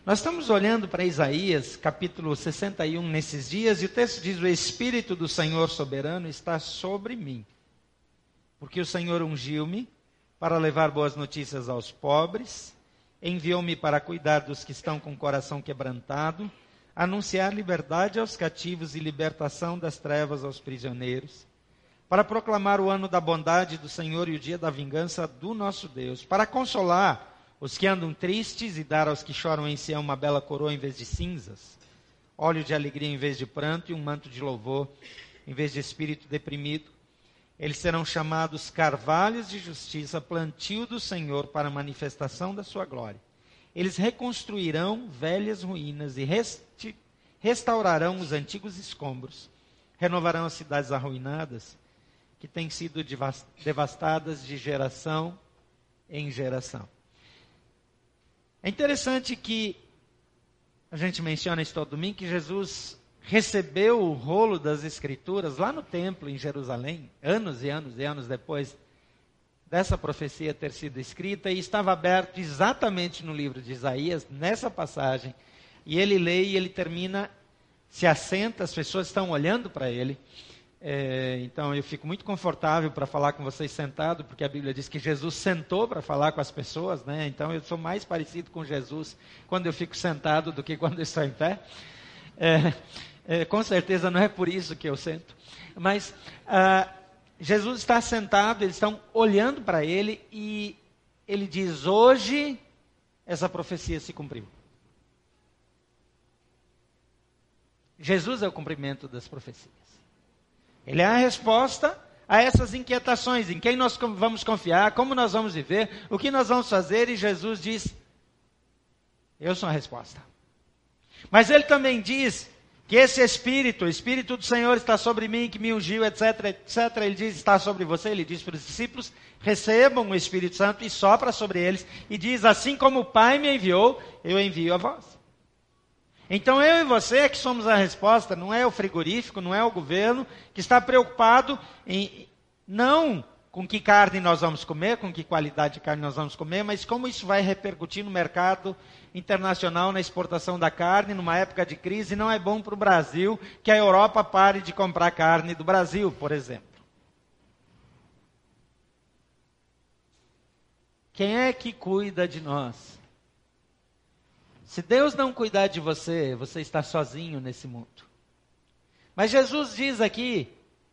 Nós estamos olhando para Isaías, capítulo 61, nesses dias, e o texto diz: o Espírito do Senhor soberano está sobre mim, porque o Senhor ungiu-me para levar boas notícias aos pobres, enviou-me para cuidar dos que estão com o coração quebrantado, anunciar liberdade aos cativos e libertação das trevas aos prisioneiros, para proclamar o ano da bondade do Senhor e o dia da vingança do nosso Deus, para consolar os que andam tristes e dar aos que choram em Sião uma bela coroa em vez de cinzas, óleo de alegria em vez de pranto e um manto de louvor em vez de espírito deprimido. Eles serão chamados carvalhos de justiça, plantio do Senhor para a manifestação da sua glória. Eles reconstruirão velhas ruínas e restaurarão os antigos escombros, renovarão as cidades arruinadas que têm sido devastadas de geração em geração. É interessante que a gente menciona isso todo domingo, que Jesus recebeu o rolo das Escrituras lá no templo em Jerusalém, anos e anos e anos depois dessa profecia ter sido escrita, e estava aberto exatamente no livro de Isaías, nessa passagem, e ele lê e ele termina, se assenta, as pessoas estão olhando para ele. Então eu fico muito confortável para falar com vocês sentado, porque a Bíblia diz que Jesus sentou para falar com as pessoas, né? Então eu sou mais parecido com Jesus quando eu fico sentado do que quando eu estou em pé. Com certeza não é por isso que eu sento, mas Jesus está sentado, eles estão olhando para ele e ele diz: hoje essa profecia se cumpriu. Jesus é o cumprimento das profecias. Ele é a resposta a essas inquietações, em quem nós vamos confiar, como nós vamos viver, o que nós vamos fazer, e Jesus diz: eu sou a resposta. Mas ele também diz que esse Espírito, o Espírito do Senhor está sobre mim, que me ungiu, etc, etc. Ele diz: está sobre você. Ele diz para os discípulos: recebam o Espírito Santo, e sopra sobre eles, e diz: assim como o Pai me enviou, eu envio a vós. Então eu e você é que somos a resposta, não é o frigorífico, não é o governo, que está preocupado não com que carne nós vamos comer, com que qualidade de carne nós vamos comer, mas como isso vai repercutir no mercado internacional, na exportação da carne, numa época de crise. Não é bom para o Brasil que a Europa pare de comprar carne do Brasil, por exemplo. Quem é que cuida de nós? Se Deus não cuidar de você, você está sozinho nesse mundo. Mas Jesus diz aqui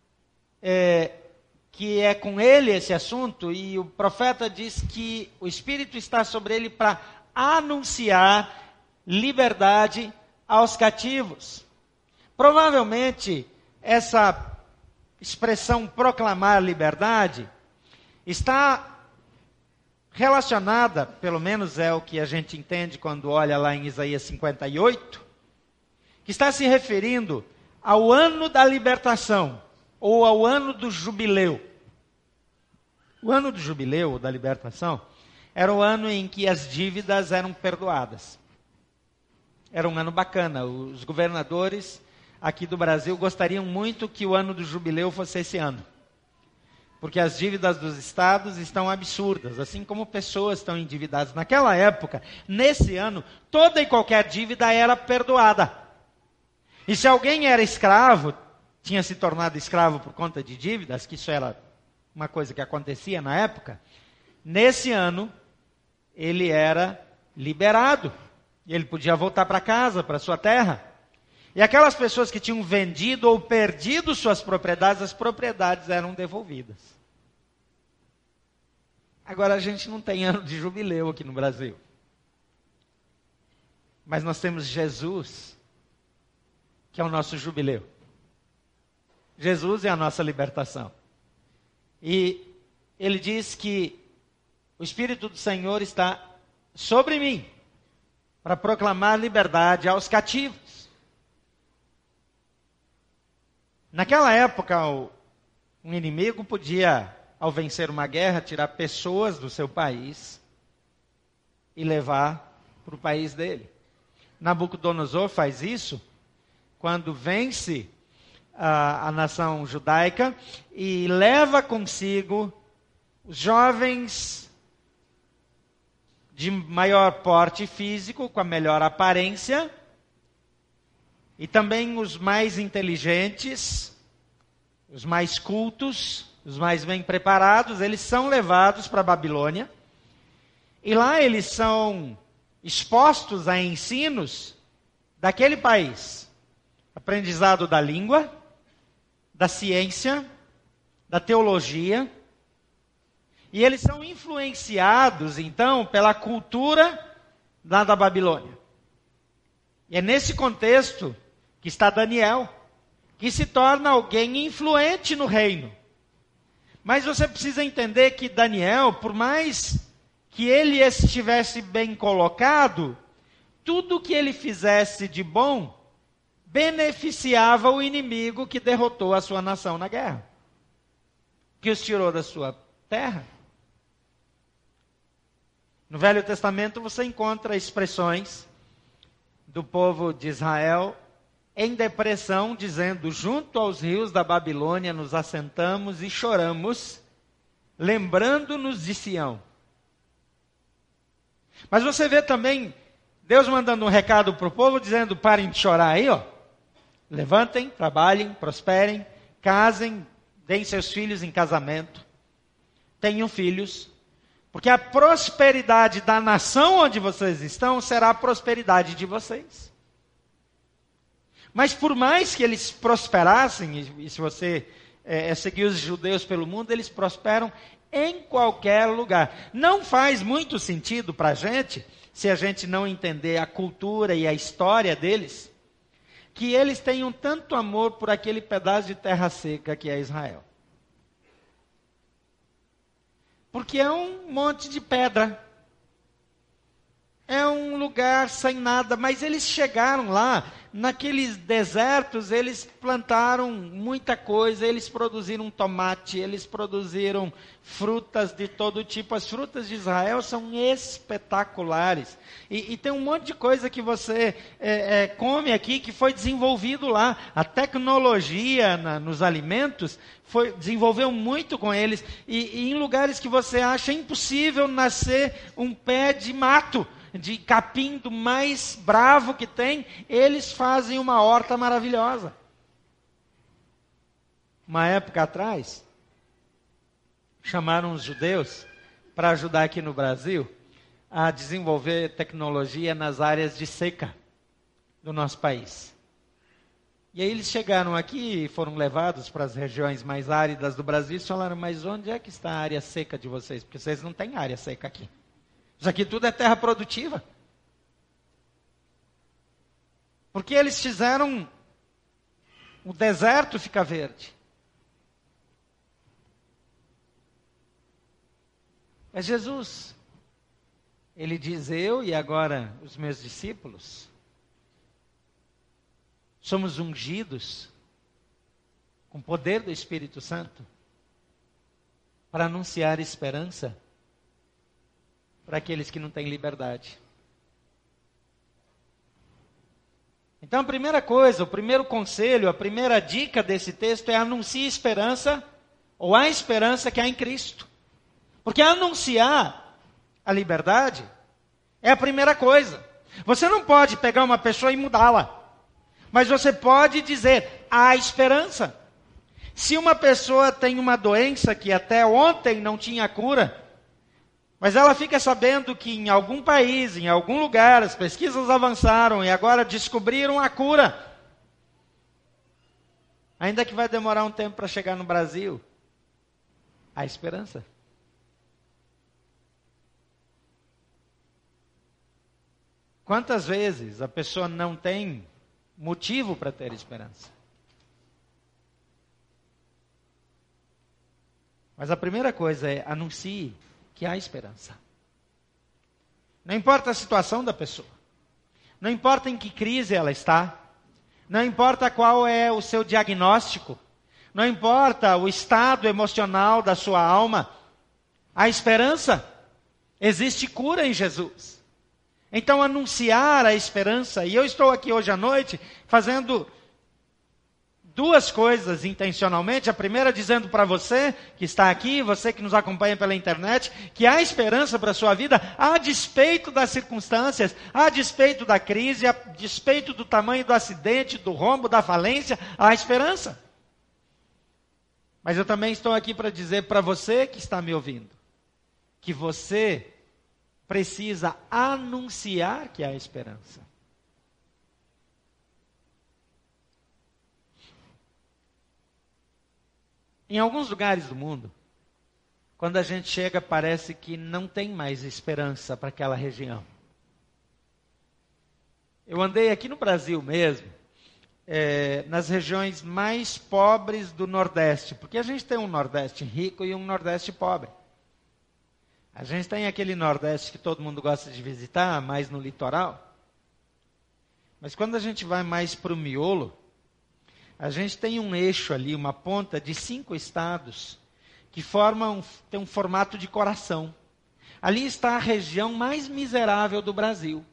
que é com ele esse assunto, e o profeta diz que o Espírito está sobre ele para anunciar liberdade aos cativos. Provavelmente, essa expressão proclamar liberdade está relacionada, pelo menos é o que a gente entende quando olha lá em Isaías 58, que está se referindo ao ano da libertação, ou ao ano do jubileu. O ano do jubileu, ou da libertação, era o ano em que as dívidas eram perdoadas. Era um ano bacana. Os governadores aqui do Brasil gostariam muito que o ano do jubileu fosse esse ano. Porque as dívidas dos estados estão absurdas, assim como pessoas estão endividadas. Naquela época, nesse ano, toda e qualquer dívida era perdoada. E se alguém era escravo, tinha se tornado escravo por conta de dívidas, que isso era uma coisa que acontecia na época, nesse ano, ele era liberado. E ele podia voltar para casa, para sua terra. E aquelas pessoas que tinham vendido ou perdido suas propriedades, as propriedades eram devolvidas. Agora a gente não tem ano de jubileu aqui no Brasil. Mas nós temos Jesus, que é o nosso jubileu. Jesus é a nossa libertação. E ele diz que o Espírito do Senhor está sobre mim, para proclamar liberdade aos cativos. Naquela época, um inimigo podia, ao vencer uma guerra, tirar pessoas do seu país e levar para o país dele. Nabucodonosor faz isso quando vence a nação judaica e leva consigo os jovens de maior porte físico, com a melhor aparência, e também os mais inteligentes, os mais cultos, os mais bem preparados, eles são levados para a Babilônia, e lá eles são expostos a ensinos daquele país. Aprendizado da língua, da ciência, da teologia. E eles são influenciados, então, pela cultura lá da Babilônia. E é nesse contexto que está Daniel, que se torna alguém influente no reino. Mas você precisa entender que Daniel, por mais que ele estivesse bem colocado, tudo que ele fizesse de bom beneficiava o inimigo que derrotou a sua nação na guerra, que os tirou da sua terra. No Velho Testamento você encontra expressões do povo de Israel em depressão, dizendo: junto aos rios da Babilônia nos assentamos e choramos, lembrando-nos de Sião. Mas você vê também Deus mandando um recado para o povo, dizendo: parem de chorar aí, ó. Levantem, trabalhem, prosperem, casem, deem seus filhos em casamento, tenham filhos, porque a prosperidade da nação onde vocês estão será a prosperidade de vocês. Mas por mais que eles prosperassem, e se você seguir os judeus pelo mundo, eles prosperam em qualquer lugar. Não faz muito sentido para a gente, se a gente não entender a cultura e a história deles, que eles tenham tanto amor por aquele pedaço de terra seca que é Israel. Porque é um monte de pedra. É um lugar sem nada, mas eles chegaram lá, naqueles desertos, eles plantaram muita coisa, eles produziram tomate, eles produziram frutas de todo tipo. As frutas de Israel são espetaculares. E tem um monte de coisa que você come aqui que foi desenvolvido lá. A tecnologia nos alimentos desenvolveu muito com eles. E em lugares que você acha impossível nascer um pé de mato, de capim do mais bravo que tem, eles fazem uma horta maravilhosa. Uma época atrás, chamaram os judeus para ajudar aqui no Brasil a desenvolver tecnologia nas áreas de seca do nosso país. E aí eles chegaram aqui e foram levados para as regiões mais áridas do Brasil e falaram: mas onde é que está a área seca de vocês? Porque vocês não têm área seca aqui. Isso aqui tudo é terra produtiva. Porque eles fizeram o deserto ficar verde. É Jesus. Ele diz: eu e agora os meus discípulos somos ungidos com o poder do Espírito Santo para anunciar esperança para aqueles que não têm liberdade. Então a primeira coisa, o primeiro conselho, a primeira dica desse texto é: anuncie esperança, ou a esperança que há em Cristo. Porque anunciar a liberdade é a primeira coisa. Você não pode pegar uma pessoa e mudá-la, mas você pode dizer: há esperança. Se uma pessoa tem uma doença que até ontem não tinha cura, mas ela fica sabendo que em algum país, em algum lugar, as pesquisas avançaram e agora descobriram a cura. Ainda que vai demorar um tempo para chegar no Brasil, há esperança. Quantas vezes a pessoa não tem motivo para ter esperança? Mas a primeira coisa é: anuncie que há esperança. Não importa a situação da pessoa, não importa em que crise ela está, não importa qual é o seu diagnóstico, não importa o estado emocional da sua alma, há esperança, existe cura em Jesus. Então anunciar a esperança, e eu estou aqui hoje à noite fazendo duas coisas intencionalmente. A primeira dizendo para você que está aqui, você que nos acompanha pela internet, que há esperança para a sua vida, a despeito das circunstâncias, a despeito da crise, a despeito do tamanho do acidente, do rombo, da falência, há esperança. Mas eu também estou aqui para dizer para você que está me ouvindo, que você precisa anunciar que há esperança. Em alguns lugares do mundo, quando a gente chega, parece que não tem mais esperança para aquela região. Eu andei aqui no Brasil mesmo, nas regiões mais pobres do Nordeste, porque a gente tem um Nordeste rico e um Nordeste pobre. A gente tem aquele Nordeste que todo mundo gosta de visitar, mais no litoral. Mas quando a gente vai mais para o miolo, a gente tem um eixo ali, uma ponta de 5 estados, que tem um formato de coração. Ali está a região mais miserável do Brasil.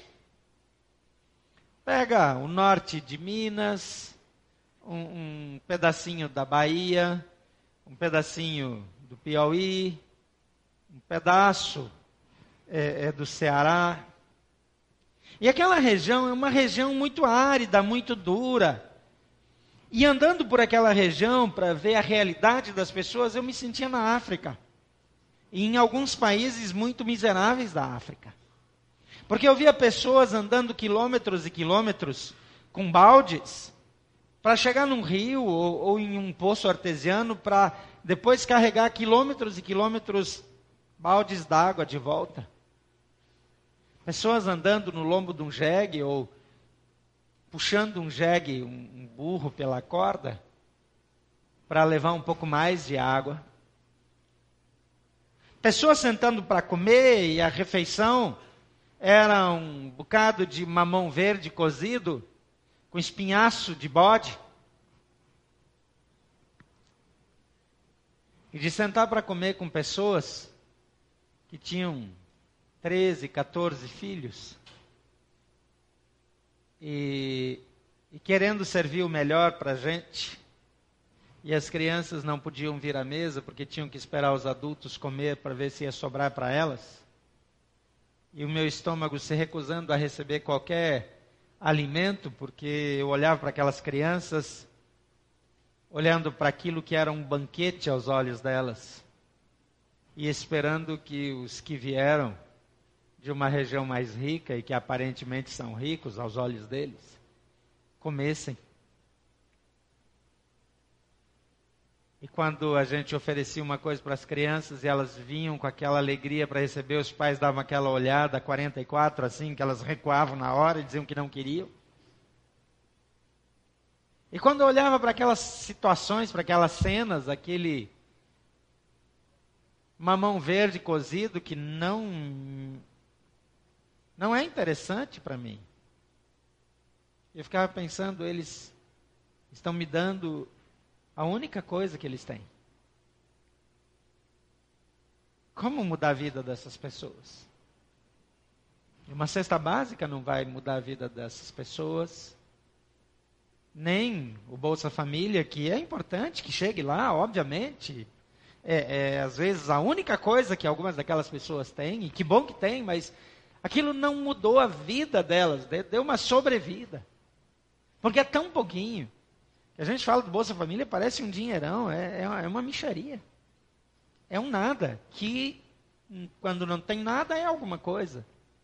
Pega o norte de Minas, um pedacinho da Bahia, um pedacinho do Piauí, um pedaço do Ceará. E aquela região é uma região muito árida, muito dura. E andando por aquela região para ver a realidade das pessoas, eu me sentia na África. E em alguns países muito miseráveis da África. Porque eu via pessoas andando quilômetros e quilômetros com baldes para chegar num rio ou em um poço artesiano para depois carregar quilômetros e quilômetros baldes d'água de volta. Pessoas andando no lombo de um jegue ou puxando um jegue, um burro pela corda, para levar um pouco mais de água. Pessoas sentando para comer e a refeição era um bocado de mamão verde cozido, com espinhaço de bode. E de sentar para comer com pessoas que tinham 13, 14 filhos. E querendo servir o melhor para a gente, e as crianças não podiam vir à mesa, porque tinham que esperar os adultos comer para ver se ia sobrar para elas, e o meu estômago se recusando a receber qualquer alimento, porque eu olhava para aquelas crianças, olhando para aquilo que era um banquete aos olhos delas, e esperando que os que vieram de uma região mais rica e que aparentemente são ricos aos olhos deles, comessem. E quando a gente oferecia uma coisa para as crianças e elas vinham com aquela alegria para receber, os pais davam aquela olhada 44, assim, que elas recuavam na hora e diziam que não queriam. E quando eu olhava para aquelas situações, para aquelas cenas, aquele mamão verde cozido que não é interessante para mim. Eu ficava pensando, eles estão me dando a única coisa que eles têm. Como mudar a vida dessas pessoas? Uma cesta básica não vai mudar a vida dessas pessoas. Nem o Bolsa Família, que é importante que chegue lá, obviamente. Às vezes a única coisa que algumas daquelas pessoas têm, e que bom que tem, mas aquilo não mudou a vida delas, deu uma sobrevida. Porque é tão pouquinho. A gente fala do Bolsa Família, parece um dinheirão, é uma mixaria. É um nada, que quando não tem nada é alguma coisa.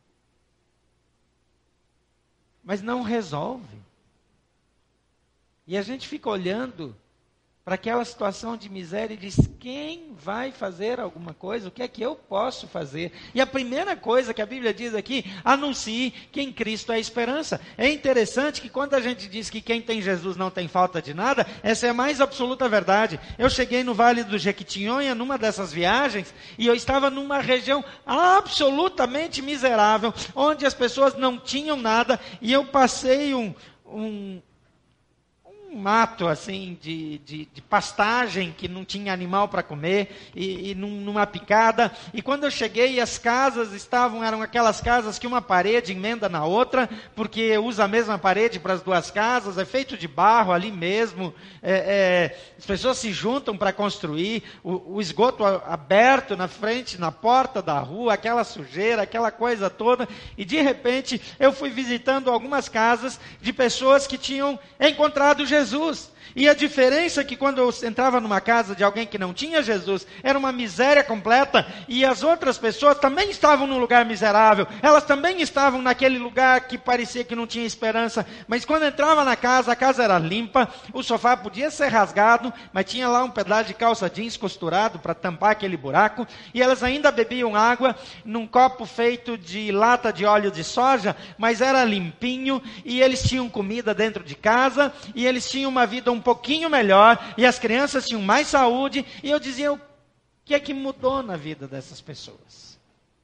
Mas não resolve. E a gente fica olhando para aquela situação de miséria e diz, quem vai fazer alguma coisa? O que é que eu posso fazer? E a primeira coisa que a Bíblia diz aqui, anuncie que em Cristo há esperança. É interessante que quando a gente diz que quem tem Jesus não tem falta de nada, essa é a mais absoluta verdade. Eu cheguei no Vale do Jequitinhonha, numa dessas viagens, e eu estava numa região absolutamente miserável, onde as pessoas não tinham nada, e eu passei um mato assim de pastagem que não tinha animal para comer e numa picada. E quando eu cheguei, as casas eram aquelas casas que uma parede emenda na outra, porque usa a mesma parede para as duas casas, é feito de barro ali mesmo. As pessoas se juntam para construir, o esgoto aberto na frente, na porta da rua, aquela sujeira, aquela coisa toda. E de repente eu fui visitando algumas casas de pessoas que tinham encontrado Jesus. E a diferença é que quando eu entrava numa casa de alguém que não tinha Jesus, era uma miséria completa, e as outras pessoas também estavam num lugar miserável, elas também estavam naquele lugar que parecia que não tinha esperança, mas quando entrava na casa, a casa era limpa, o sofá podia ser rasgado, mas tinha lá um pedaço de calça jeans costurado para tampar aquele buraco, e elas ainda bebiam água num copo feito de lata de óleo de soja, mas era limpinho, e eles tinham comida dentro de casa, e eles tinham uma vida um pouquinho melhor, e as crianças tinham mais saúde, e eu dizia, o que é que mudou na vida dessas pessoas?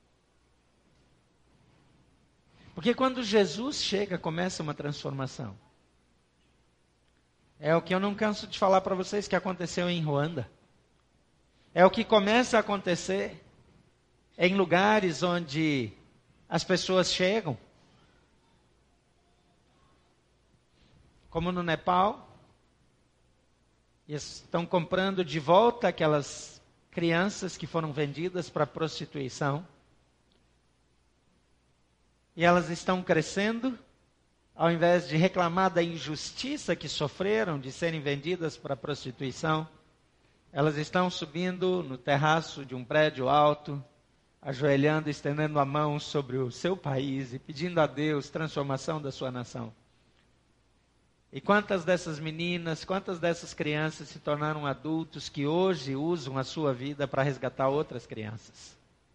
Porque quando Jesus chega, começa uma transformação. É o que eu não canso de falar para vocês que aconteceu em Ruanda. É o que começa a acontecer em lugares onde as pessoas chegam, como no Nepal. E estão comprando de volta aquelas crianças que foram vendidas para prostituição. E elas estão crescendo, ao invés de reclamar da injustiça que sofreram de serem vendidas para prostituição, elas estão subindo no terraço de um prédio alto, ajoelhando, estendendo a mão sobre o seu país e pedindo a Deus transformação da sua nação. E quantas dessas meninas, quantas dessas crianças se tornaram adultos que hoje usam a sua vida para resgatar outras crianças?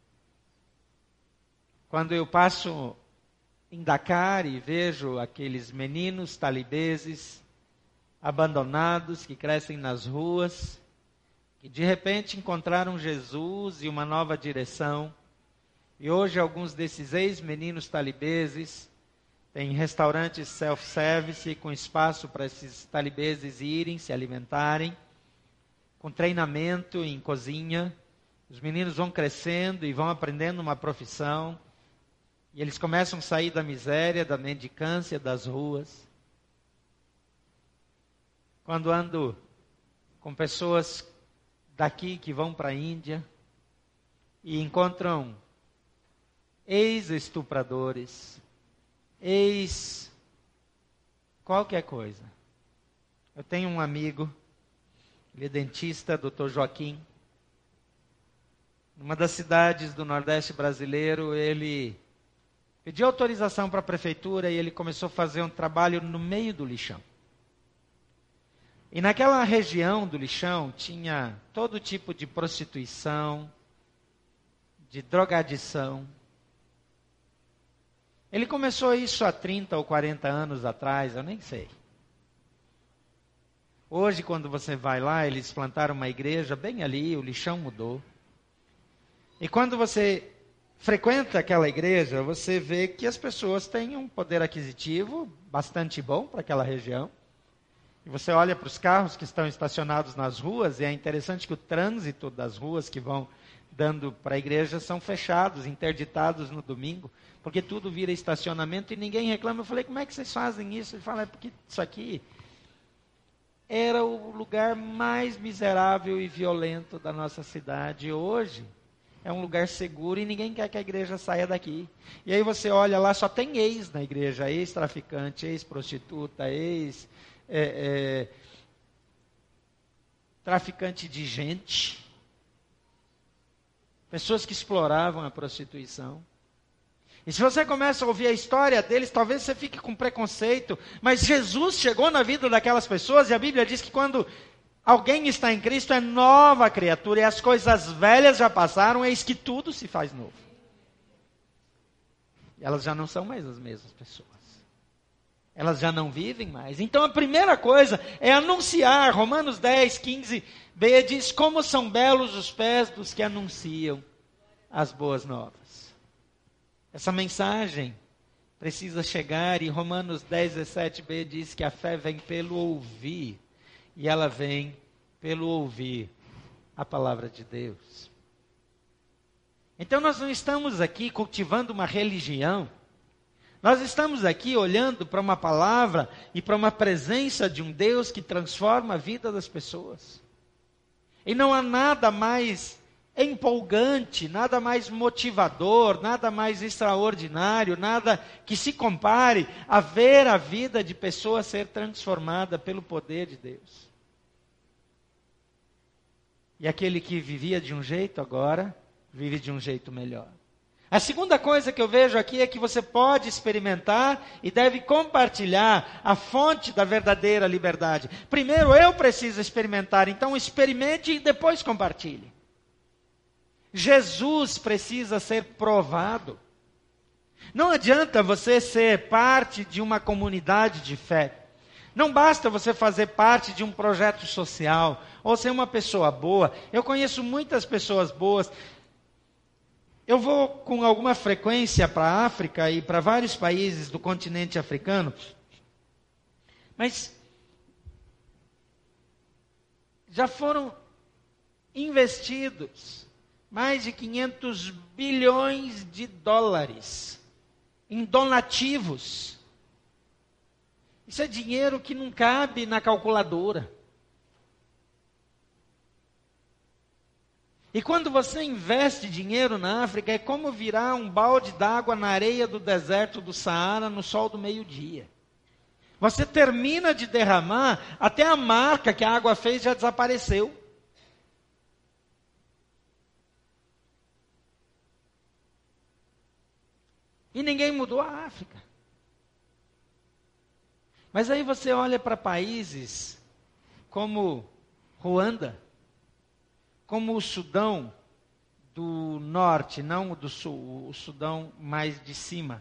Quando eu passo em Dakar e vejo aqueles meninos talibeses, abandonados, que crescem nas ruas, que de repente encontraram Jesus e uma nova direção, e hoje alguns desses ex-meninos talibeses tem restaurantes self-service com espaço para esses talibeses irem se alimentarem, com treinamento em cozinha. Os meninos vão crescendo e vão aprendendo uma profissão. E eles começam a sair da miséria, da mendicância, das ruas. Quando ando com pessoas daqui que vão para a Índia e encontram ex-estupradores, qualquer coisa. Eu tenho um amigo, ele é dentista, Dr. Joaquim. Numa das cidades do Nordeste brasileiro, ele pediu autorização para a prefeitura e ele começou a fazer um trabalho no meio do lixão. E naquela região do lixão tinha todo tipo de prostituição, de drogadição. Ele começou isso há 30 ou 40 anos atrás, eu nem sei. Hoje, quando você vai lá, eles plantaram uma igreja bem ali, o lixão mudou. E quando você frequenta aquela igreja, você vê que as pessoas têm um poder aquisitivo bastante bom para aquela região. E você olha para os carros que estão estacionados nas ruas, e é interessante que o trânsito das ruas que vão dando para a igreja são fechados, interditados no domingo, porque tudo vira estacionamento e ninguém reclama. Eu falei, como é que vocês fazem isso? Ele fala, é porque isso aqui era o lugar mais miserável e violento da nossa cidade. Hoje é um lugar seguro e ninguém quer que a igreja saia daqui. E aí você olha lá, só tem ex na igreja, ex-traficante, ex-prostituta, traficante de gente. Pessoas que exploravam a prostituição. E se você começa a ouvir a história deles, talvez você fique com preconceito. Mas Jesus chegou na vida daquelas pessoas e a Bíblia diz que quando alguém está em Cristo é nova criatura. E as coisas velhas já passaram, eis que tudo se faz novo. E elas já não são mais as mesmas pessoas. Elas já não vivem mais. Então a primeira coisa é anunciar. Romanos 10, 15b diz, como são belos os pés dos que anunciam as boas novas. Essa mensagem precisa chegar, e Romanos 10:17b diz que a fé vem pelo ouvir, e ela vem pelo ouvir a palavra de Deus. Então nós não estamos aqui cultivando uma religião, nós estamos aqui olhando para uma palavra e para uma presença de um Deus que transforma a vida das pessoas. E não há nada mais empolgante, nada mais motivador, nada mais extraordinário, nada que se compare a ver a vida de pessoas ser transformada pelo poder de Deus. E aquele que vivia de um jeito agora, vive de um jeito melhor. A segunda coisa que eu vejo aqui é que você pode experimentar e deve compartilhar a fonte da verdadeira liberdade. Primeiro eu preciso experimentar, então experimente e depois compartilhe. Jesus precisa ser provado. Não adianta você ser parte de uma comunidade de fé. Não basta você fazer parte de um projeto social ou ser uma pessoa boa. Eu conheço muitas pessoas boas. Eu vou com alguma frequência para a África e para vários países do continente africano. Mas já foram investidos mais de 500 bilhões de dólares em donativos. Isso é dinheiro que não cabe na calculadora. E quando você investe dinheiro na África, é como virar um balde d'água na areia do deserto do Saara no sol do meio-dia. Você termina de derramar, até a marca que a água fez já desapareceu. E ninguém mudou a África. Mas aí você olha para países como Ruanda, como o Sudão do Norte, não o do Sul, o Sudão mais de cima.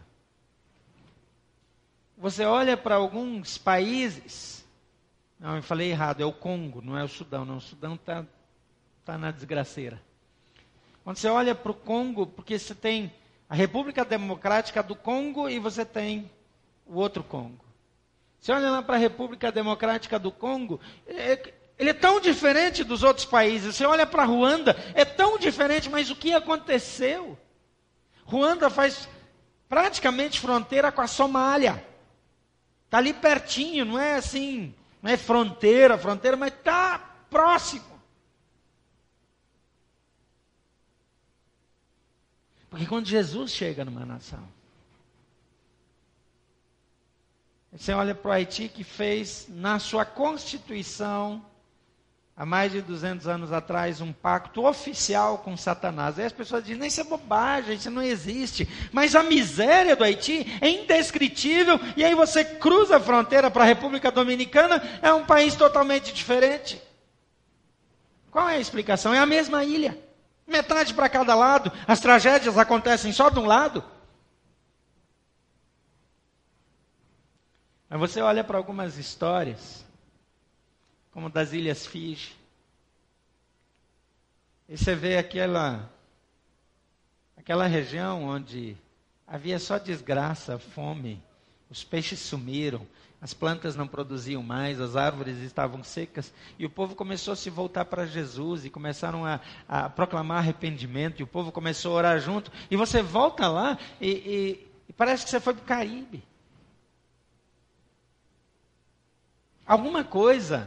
Você olha para alguns países, não, eu falei errado, é o Congo, não é o Sudão, não, o Sudão tá na desgraceira. Quando você olha para o Congo, porque você tem a República Democrática do Congo e você tem o outro Congo. Você olha lá para a República Democrática do Congo, ele é tão diferente dos outros países. Você olha para Ruanda, é tão diferente, mas o que aconteceu? Ruanda faz praticamente fronteira com a Somália. Está ali pertinho, não é assim, não é fronteira, mas está próximo. Porque quando Jesus chega numa nação, você olha para o Haiti, que fez na sua Constituição, há mais de 200 anos atrás, um pacto oficial com Satanás. Aí as pessoas dizem, isso é bobagem, isso não existe. Mas a miséria do Haiti é indescritível, e aí você cruza a fronteira para a República Dominicana, é um país totalmente diferente. Qual é a explicação? É a mesma ilha. Metade para cada lado, as tragédias acontecem só de um lado. Mas você olha para algumas histórias, como das Ilhas Fiji, e você vê aquela região onde havia só desgraça, fome, os peixes sumiram, as plantas não produziam mais, as árvores estavam secas, e o povo começou a se voltar para Jesus, e começaram a proclamar arrependimento, e o povo começou a orar junto, e você volta lá, e parece que você foi para o Caribe. Alguma coisa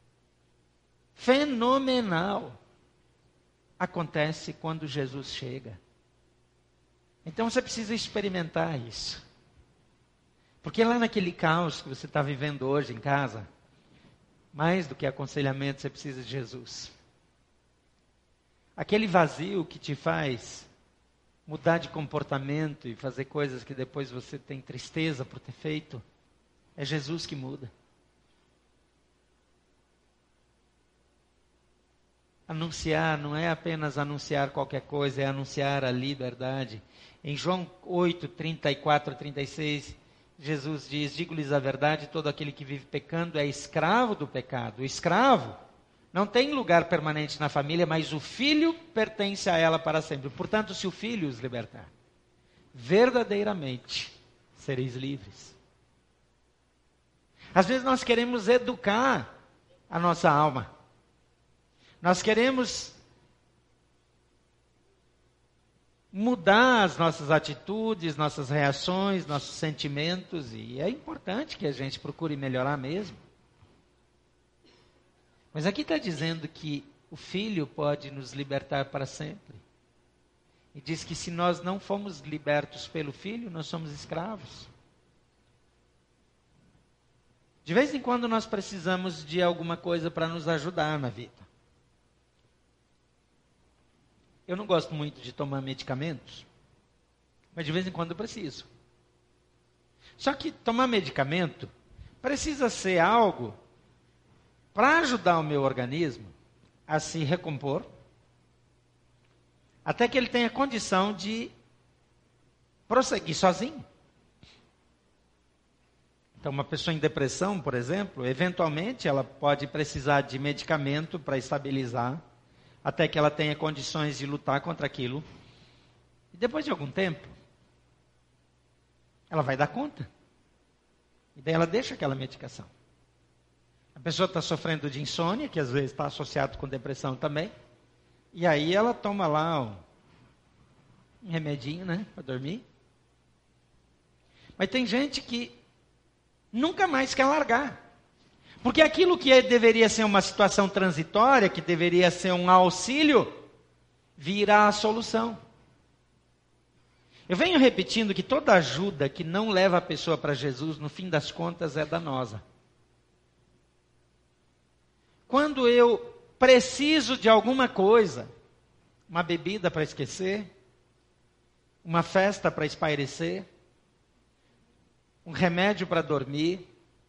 fenomenal acontece quando Jesus chega. Então você precisa experimentar isso. Porque lá naquele caos que você está vivendo hoje em casa, mais do que aconselhamento, você precisa de Jesus. Aquele vazio que te faz mudar de comportamento e fazer coisas que depois você tem tristeza por ter feito, é Jesus que muda. Anunciar não é apenas anunciar qualquer coisa, é anunciar a liberdade. Em João 8, 34, 36, Jesus diz, digo-lhes a verdade, todo aquele que vive pecando é escravo do pecado. O escravo não tem lugar permanente na família, mas o filho pertence a ela para sempre. Portanto, se o filho os libertar, verdadeiramente sereis livres. Às vezes nós queremos educar a nossa alma. Nós queremos mudar as nossas atitudes, nossas reações, nossos sentimentos, e é importante que a gente procure melhorar mesmo. Mas aqui está dizendo que o Filho pode nos libertar para sempre. E diz que se nós não fomos libertos pelo Filho, nós somos escravos. De vez em quando nós precisamos de alguma coisa para nos ajudar na vida. Eu não gosto muito de tomar medicamentos, mas de vez em quando eu preciso. Só que tomar medicamento precisa ser algo para ajudar o meu organismo a se recompor, até que ele tenha condição de prosseguir sozinho. Então, uma pessoa em depressão, por exemplo, eventualmente ela pode precisar de medicamento para estabilizar, até que ela tenha condições de lutar contra aquilo. E depois de algum tempo, ela vai dar conta. E daí ela deixa aquela medicação. A pessoa está sofrendo de insônia, que às vezes está associado com depressão também. E aí ela toma lá um remedinho, né, para dormir. Mas tem gente que nunca mais quer largar. Porque aquilo que deveria ser uma situação transitória, que deveria ser um auxílio, vira a solução. Eu venho repetindo que toda ajuda que não leva a pessoa para Jesus, no fim das contas, é danosa. Quando eu preciso de alguma coisa, uma bebida para esquecer, uma festa para espairecer, um remédio para dormir,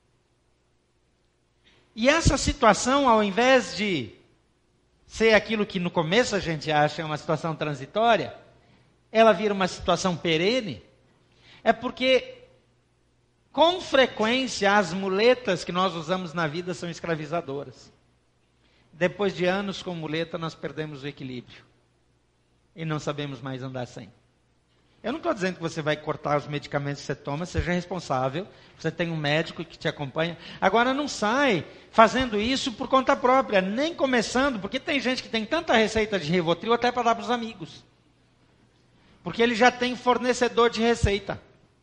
e essa situação, ao invés de ser aquilo que no começo a gente acha é uma situação transitória, ela vira uma situação perene, é porque, com frequência, as muletas que nós usamos na vida são escravizadoras. Depois de anos com muleta, nós perdemos o equilíbrio. E não sabemos mais andar sem. Eu não estou dizendo que você vai cortar os medicamentos que você toma, seja responsável. Você tem um médico que te acompanha. Agora não sai fazendo isso por conta própria, nem começando, porque tem gente que tem tanta receita de Rivotril até para dar para os amigos. Porque ele já tem fornecedor de receita.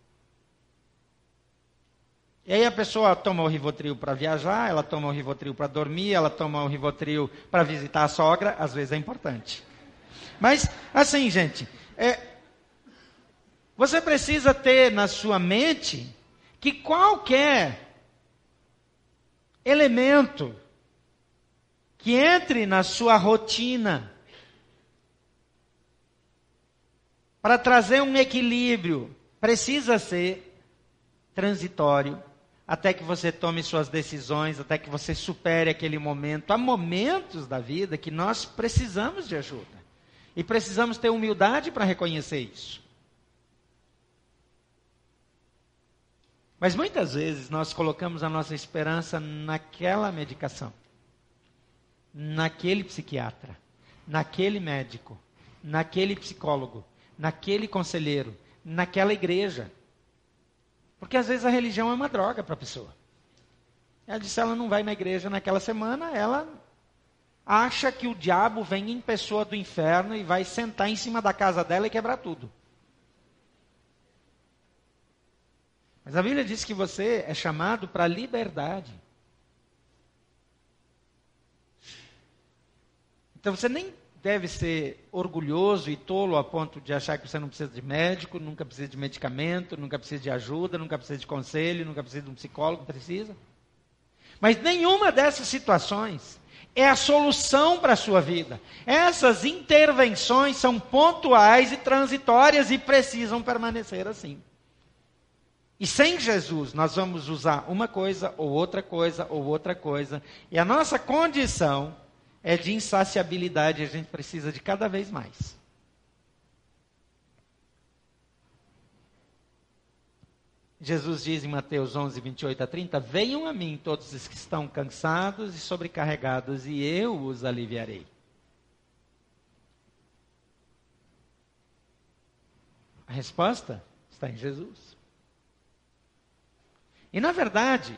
E aí a pessoa toma o Rivotril para viajar, ela toma o Rivotril para dormir, ela toma o Rivotril para visitar a sogra, às vezes é importante. Mas, assim, gente, você precisa ter na sua mente que qualquer elemento que entre na sua rotina para trazer um equilíbrio precisa ser transitório, até que você tome suas decisões, até que você supere aquele momento. Há momentos da vida que nós precisamos de ajuda. E precisamos ter humildade para reconhecer isso. Mas muitas vezes nós colocamos a nossa esperança naquela medicação, naquele psiquiatra, naquele médico, naquele psicólogo, naquele conselheiro, naquela igreja. Porque às vezes a religião é uma droga para a pessoa. Ela disse, ela não vai na igreja naquela semana, ela acha que o diabo vem em pessoa do inferno e vai sentar em cima da casa dela e quebrar tudo. Mas a Bíblia diz que você é chamado para a liberdade. Então você nem deve ser orgulhoso e tolo a ponto de achar que você não precisa de médico, nunca precisa de medicamento, nunca precisa de ajuda, nunca precisa de conselho, nunca precisa de um psicólogo, precisa. Mas nenhuma dessas situações é a solução para a sua vida. Essas intervenções são pontuais e transitórias e precisam permanecer assim. E sem Jesus, nós vamos usar uma coisa, ou outra coisa, ou outra coisa. E a nossa condição é de insaciabilidade, a gente precisa de cada vez mais. Jesus diz em Mateus 11, 28 a 30, venham a mim todos os que estão cansados e sobrecarregados, e eu os aliviarei. A resposta está em Jesus. E na verdade,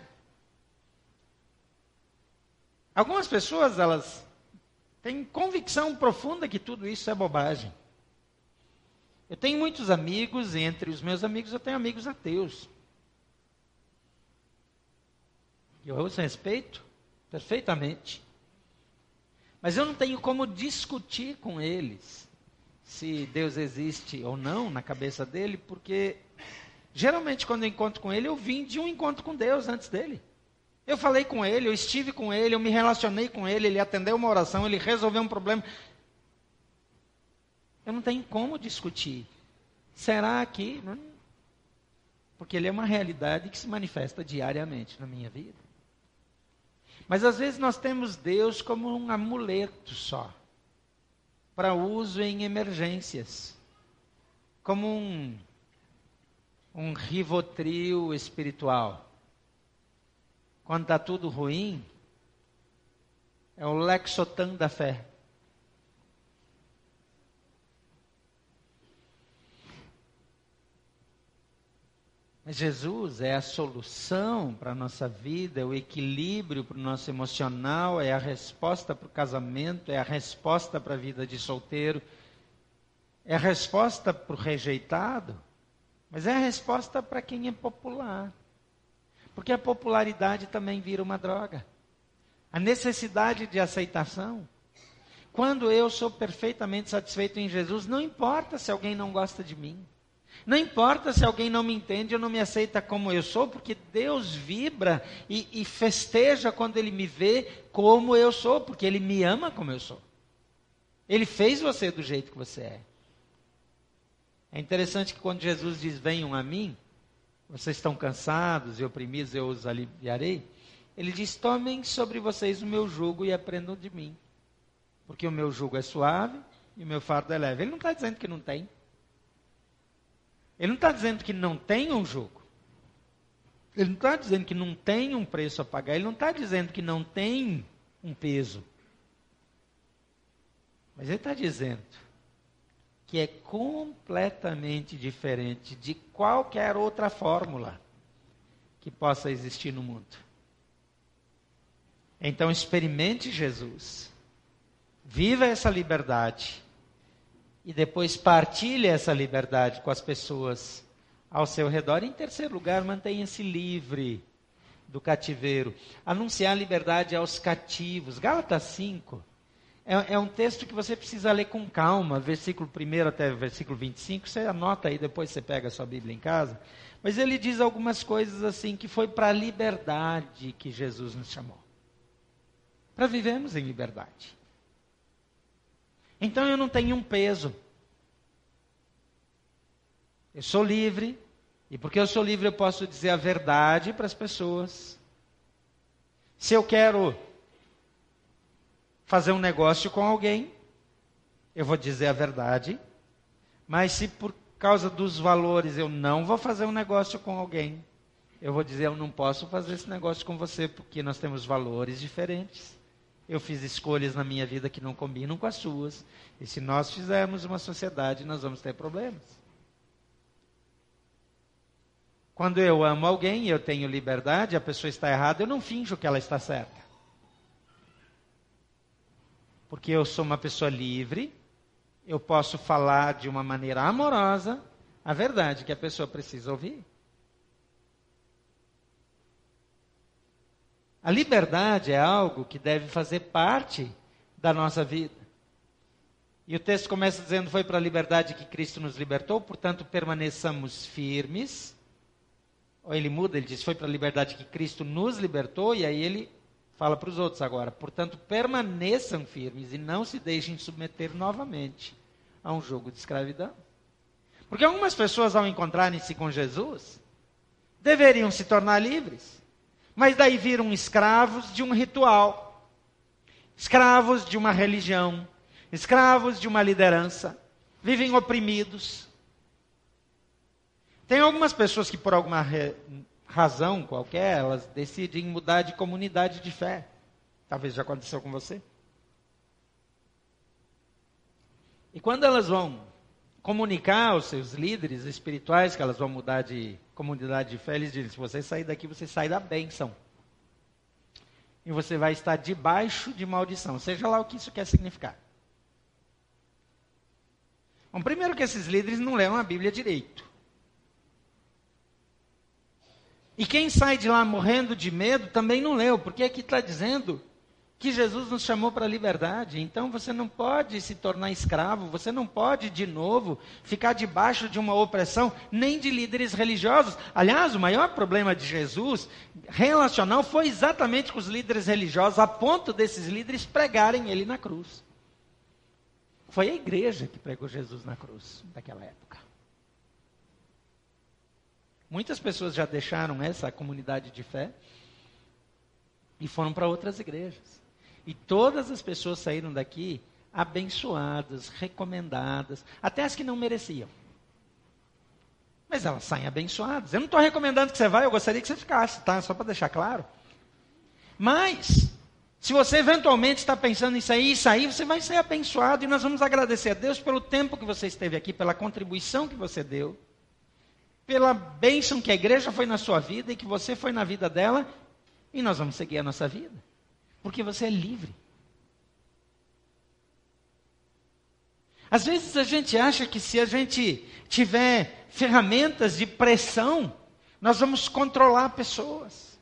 algumas pessoas, elas têm convicção profunda que tudo isso é bobagem. Eu tenho muitos amigos, e entre os meus amigos eu tenho amigos ateus. Eu os respeito perfeitamente. Mas eu não tenho como discutir com eles se Deus existe ou não na cabeça dele, porque geralmente quando eu encontro com ele, eu vim de um encontro com Deus antes dele. Eu falei com ele, eu estive com ele, eu me relacionei com ele, ele atendeu uma oração, ele resolveu um problema. Eu não tenho como discutir. Será que... Não? Porque ele é uma realidade que se manifesta diariamente na minha vida. Mas às vezes nós temos Deus como um amuleto só, para uso em emergências, como um Rivotril espiritual. Quando está tudo ruim, é o Lexotan da fé. Mas Jesus é a solução para a nossa vida, é o equilíbrio para o nosso emocional, é a resposta para o casamento, é a resposta para a vida de solteiro, é a resposta para o rejeitado, mas é a resposta para quem é popular. Porque a popularidade também vira uma droga. A necessidade de aceitação. Quando eu sou perfeitamente satisfeito em Jesus, não importa se alguém não gosta de mim. Não importa se alguém não me entende ou não me aceita como eu sou, porque Deus vibra e festeja quando Ele me vê como eu sou, porque Ele me ama como eu sou. Ele fez você do jeito que você é. É interessante que quando Jesus diz, venham a mim, vocês estão cansados e oprimidos, eu os aliviarei. Ele diz, tomem sobre vocês o meu jugo e aprendam de mim. Porque o meu jugo é suave e o meu fardo é leve. Ele não está dizendo que não tem. Ele não está dizendo que não tem um jugo. Ele não está dizendo que não tem um preço a pagar. Ele não está dizendo que não tem um peso. Mas ele está dizendo que é completamente diferente de qualquer outra fórmula que possa existir no mundo. Então experimente Jesus. Viva essa liberdade. E depois partilhe essa liberdade com as pessoas ao seu redor. Em terceiro lugar, mantenha-se livre do cativeiro. Anunciar a liberdade aos cativos. Gálatas 5 é um texto que você precisa ler com calma. Versículo 1 até versículo 25. Você anota aí, depois você pega a sua Bíblia em casa. Mas ele diz algumas coisas assim, que foi para a liberdade que Jesus nos chamou. Para vivermos em liberdade. Então eu não tenho um peso. Eu sou livre. E porque eu sou livre eu posso dizer a verdade para as pessoas. Se eu quero fazer um negócio com alguém, eu vou dizer a verdade. Mas se por causa dos valores eu não vou fazer um negócio com alguém, eu vou dizer eu não posso fazer esse negócio com você porque nós temos valores diferentes. Eu fiz escolhas na minha vida que não combinam com as suas. E se nós fizermos uma sociedade, nós vamos ter problemas. Quando eu amo alguém e eu tenho liberdade, a pessoa está errada, eu não finjo que ela está certa. Porque eu sou uma pessoa livre, eu posso falar de uma maneira amorosa a verdade que a pessoa precisa ouvir. A liberdade é algo que deve fazer parte da nossa vida. E o texto começa dizendo, foi para a liberdade que Cristo nos libertou, portanto permaneçamos firmes. Ou ele muda, ele diz, foi para a liberdade que Cristo nos libertou, e aí ele fala para os outros agora, portanto permaneçam firmes e não se deixem submeter novamente a um jogo de escravidão. Porque algumas pessoas ao encontrarem-se com Jesus, deveriam se tornar livres. Mas daí viram escravos de um ritual, escravos de uma religião, escravos de uma liderança, vivem oprimidos. Tem algumas pessoas que por alguma razão qualquer, elas decidem mudar de comunidade de fé. Talvez já aconteceu com você. E quando elas vão comunicar aos seus líderes espirituais que elas vão mudar de comunidade de fé, eles dizem, se você sair daqui, você sai da bênção. E você vai estar debaixo de maldição, seja lá o que isso quer significar. Bom, primeiro que esses líderes não leram a Bíblia direito. E quem sai de lá morrendo de medo também não leu, porque aqui está dizendo que Jesus nos chamou para a liberdade. Então você não pode se tornar escravo, você não pode de novo ficar debaixo de uma opressão, nem de líderes religiosos. Aliás, o maior problema de Jesus relacional foi exatamente com os líderes religiosos, a ponto desses líderes pregarem ele na cruz. Foi a igreja que pregou Jesus na cruz naquela época. Muitas pessoas já deixaram essa comunidade de fé e foram para outras igrejas. E todas as pessoas saíram daqui abençoadas, recomendadas, até as que não mereciam. Mas elas saem abençoadas. Eu não estou recomendando que você vá, eu gostaria que você ficasse, tá? Só para deixar claro. Mas, se você eventualmente está pensando em sair, você vai ser abençoado. E nós vamos agradecer a Deus pelo tempo que você esteve aqui, pela contribuição que você deu, pela bênção que a igreja foi na sua vida e que você foi na vida dela. E nós vamos seguir a nossa vida. Porque você é livre. Às vezes a gente acha que se a gente tiver ferramentas de pressão, nós vamos controlar pessoas.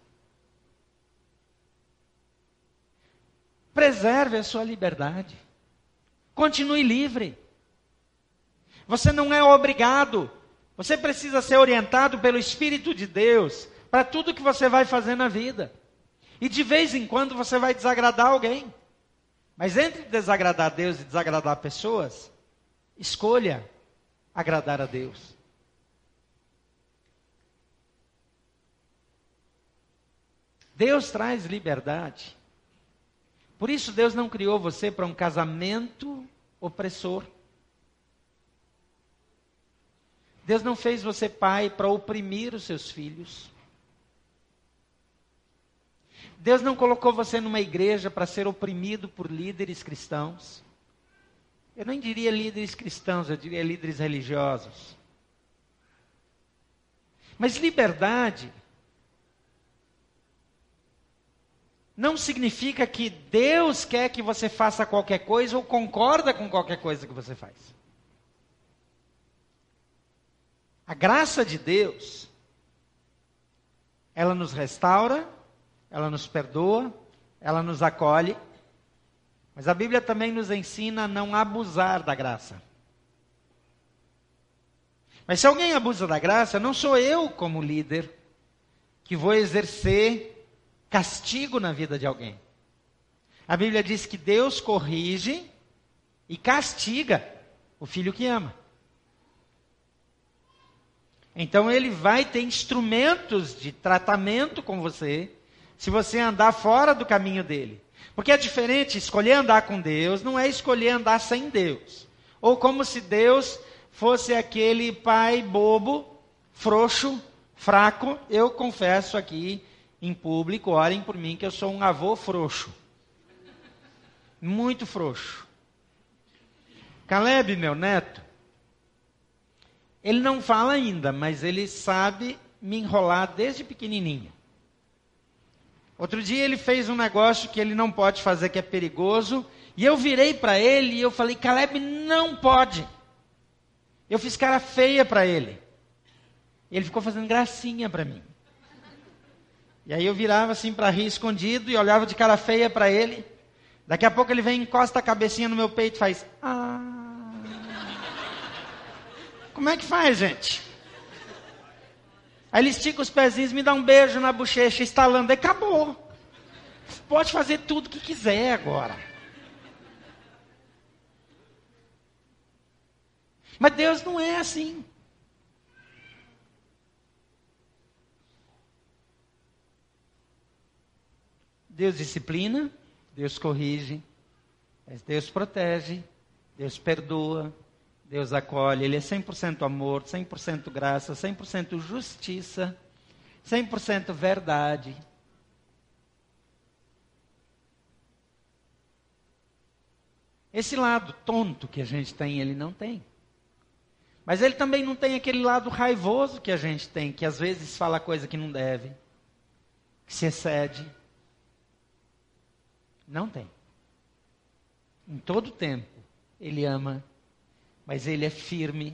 Preserve a sua liberdade. Continue livre. Você não é obrigado. Você precisa ser orientado pelo Espírito de Deus para tudo que você vai fazer na vida. E de vez em quando você vai desagradar alguém. Mas entre desagradar a Deus e desagradar pessoas, escolha agradar a Deus. Deus traz liberdade. Por isso Deus não criou você para um casamento opressor. Deus não fez você pai para oprimir os seus filhos. Deus não colocou você numa igreja para ser oprimido por líderes cristãos. Eu nem diria líderes cristãos, eu diria líderes religiosos. Mas liberdade não significa que Deus quer que você faça qualquer coisa ou concorda com qualquer coisa que você faz. A graça de Deus, ela nos restaura, ela nos perdoa, ela nos acolhe, mas a Bíblia também nos ensina a não abusar da graça. Mas se alguém abusa da graça, não sou eu como líder que vou exercer castigo na vida de alguém. A Bíblia diz que Deus corrige e castiga o filho que ama. Então ele vai ter instrumentos de tratamento com você, se você andar fora do caminho dele. Porque é diferente, escolher andar com Deus não é escolher andar sem Deus. Ou como se Deus fosse aquele pai bobo, frouxo, fraco. Eu confesso aqui em público, orem por mim, que eu sou um avô frouxo. Muito frouxo. Caleb, meu neto, ele não fala ainda, mas ele sabe me enrolar desde pequenininho. Outro dia ele fez um negócio que ele não pode fazer, que é perigoso, e eu virei para ele e eu falei, Caleb, não pode. Eu fiz cara feia para ele. E ele ficou fazendo gracinha para mim. E aí eu virava assim para rir escondido e olhava de cara feia para ele. Daqui a pouco ele vem, encosta a cabecinha no meu peito e faz, Como é que faz, gente? Aí ele estica os pezinhos, me dá um beijo na bochecha, estalando, aí acabou. Pode fazer tudo o que quiser agora. Mas Deus não é assim. Deus disciplina, Deus corrige, Deus protege, Deus perdoa, Deus acolhe. Ele é 100% amor, 100% graça, 100% justiça, 100% verdade. Esse lado tonto que a gente tem, ele não tem. Mas ele também não tem aquele lado raivoso que a gente tem, que às vezes fala coisa que não deve, que se excede. Não tem. Em todo tempo, ele ama, mas ele é firme.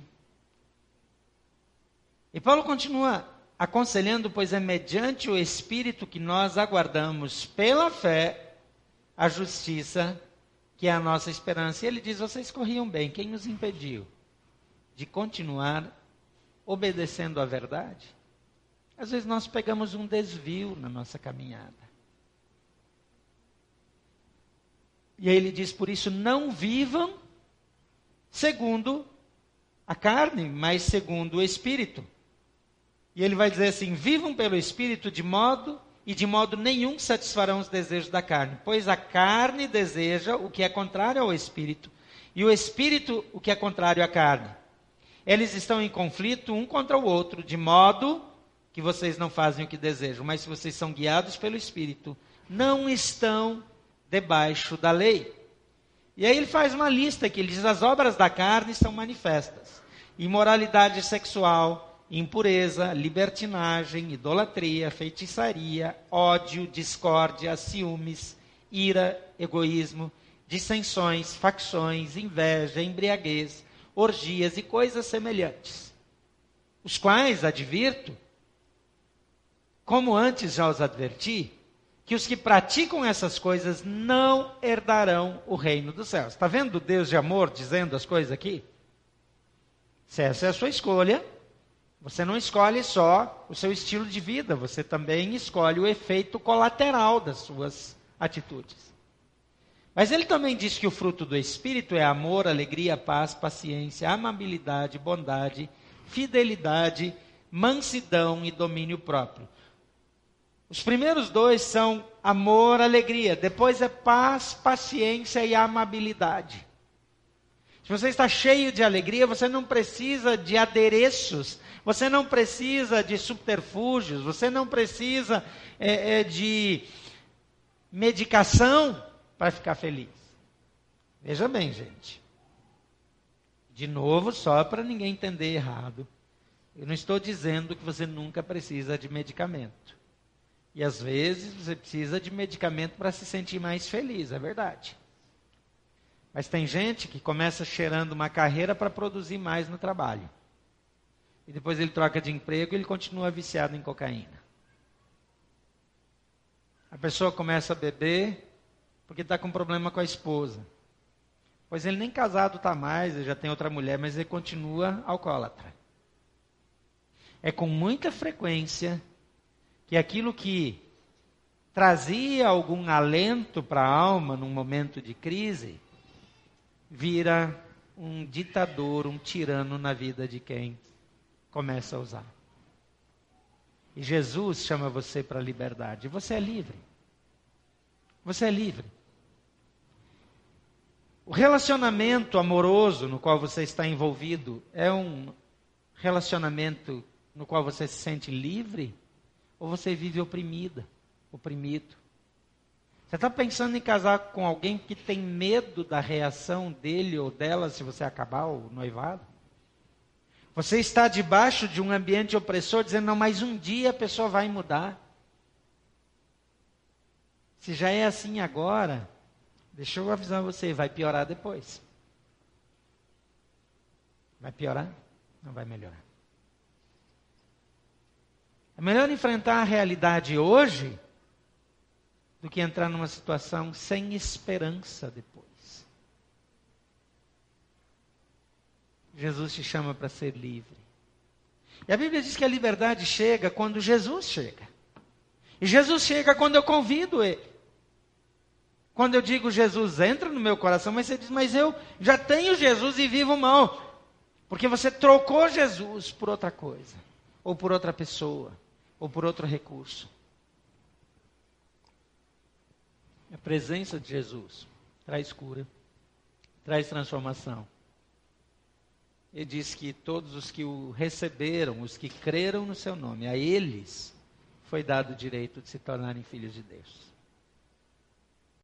E Paulo continua aconselhando, pois é mediante o Espírito que nós aguardamos pela fé a justiça, que é a nossa esperança. E ele diz, vocês corriam bem, quem os impediu de continuar obedecendo à verdade? Às vezes nós pegamos um desvio na nossa caminhada. E aí ele diz, por isso não vivam segundo a carne, mas segundo o Espírito. E ele vai dizer assim, vivam pelo Espírito de modo nenhum satisfarão os desejos da carne. Pois a carne deseja o que é contrário ao Espírito, e o Espírito o que é contrário à carne. Eles estão em conflito um contra o outro, de modo que vocês não fazem o que desejam. Mas se vocês são guiados pelo Espírito, não estão debaixo da lei. E aí ele faz uma lista que ele diz, as obras da carne são manifestas. Imoralidade sexual, impureza, libertinagem, idolatria, feitiçaria, ódio, discórdia, ciúmes, ira, egoísmo, dissensões, facções, inveja, embriaguez, orgias e coisas semelhantes. Os quais, advirto, como antes já os adverti, que os que praticam essas coisas não herdarão o reino dos céus. Está vendo Deus de amor dizendo as coisas aqui? Se essa é a sua escolha, você não escolhe só o seu estilo de vida, você também escolhe o efeito colateral das suas atitudes. Mas ele também diz que o fruto do Espírito é amor, alegria, paz, paciência, amabilidade, bondade, fidelidade, mansidão e domínio próprio. Os primeiros dois são amor, alegria. Depois é paz, paciência e amabilidade. Se você está cheio de alegria, você não precisa de adereços. Você não precisa de subterfúgios. Você não precisa de medicação para ficar feliz. Veja bem, gente. De novo, só para ninguém entender errado. Eu não estou dizendo que você nunca precisa de medicamento. E às vezes você precisa de medicamento para se sentir mais feliz, é verdade. Mas tem gente que começa cheirando uma carreira para produzir mais no trabalho. E depois ele troca de emprego e ele continua viciado em cocaína. A pessoa começa a beber porque está com problema com a esposa. Pois ele nem casado está mais, ele já tem outra mulher, mas ele continua alcoólatra. É com muita frequência que aquilo que trazia algum alento para a alma num momento de crise, vira um ditador, um tirano na vida de quem começa a usar. E Jesus chama você para a liberdade. Você é livre. Você é livre. O relacionamento amoroso no qual você está envolvido é um relacionamento no qual você se sente livre? Ou você vive oprimido? Você está pensando em casar com alguém que tem medo da reação dele ou dela se você acabar o noivado? Você está debaixo de um ambiente opressor dizendo, não, mas um dia a pessoa vai mudar. Se já é assim agora, deixa eu avisar você, vai piorar depois. Vai piorar? Não vai melhorar. É melhor enfrentar a realidade hoje do que entrar numa situação sem esperança depois. Jesus te chama para ser livre. E a Bíblia diz que a liberdade chega quando Jesus chega. E Jesus chega quando eu convido Ele. Quando eu digo, Jesus, entra no meu coração, mas você diz, mas eu já tenho Jesus e vivo mal. Porque você trocou Jesus por outra coisa. Ou por outra pessoa. Ou por outro recurso. A presença de Jesus traz cura, traz transformação. Ele diz que todos os que o receberam, os que creram no seu nome, a eles foi dado o direito de se tornarem filhos de Deus.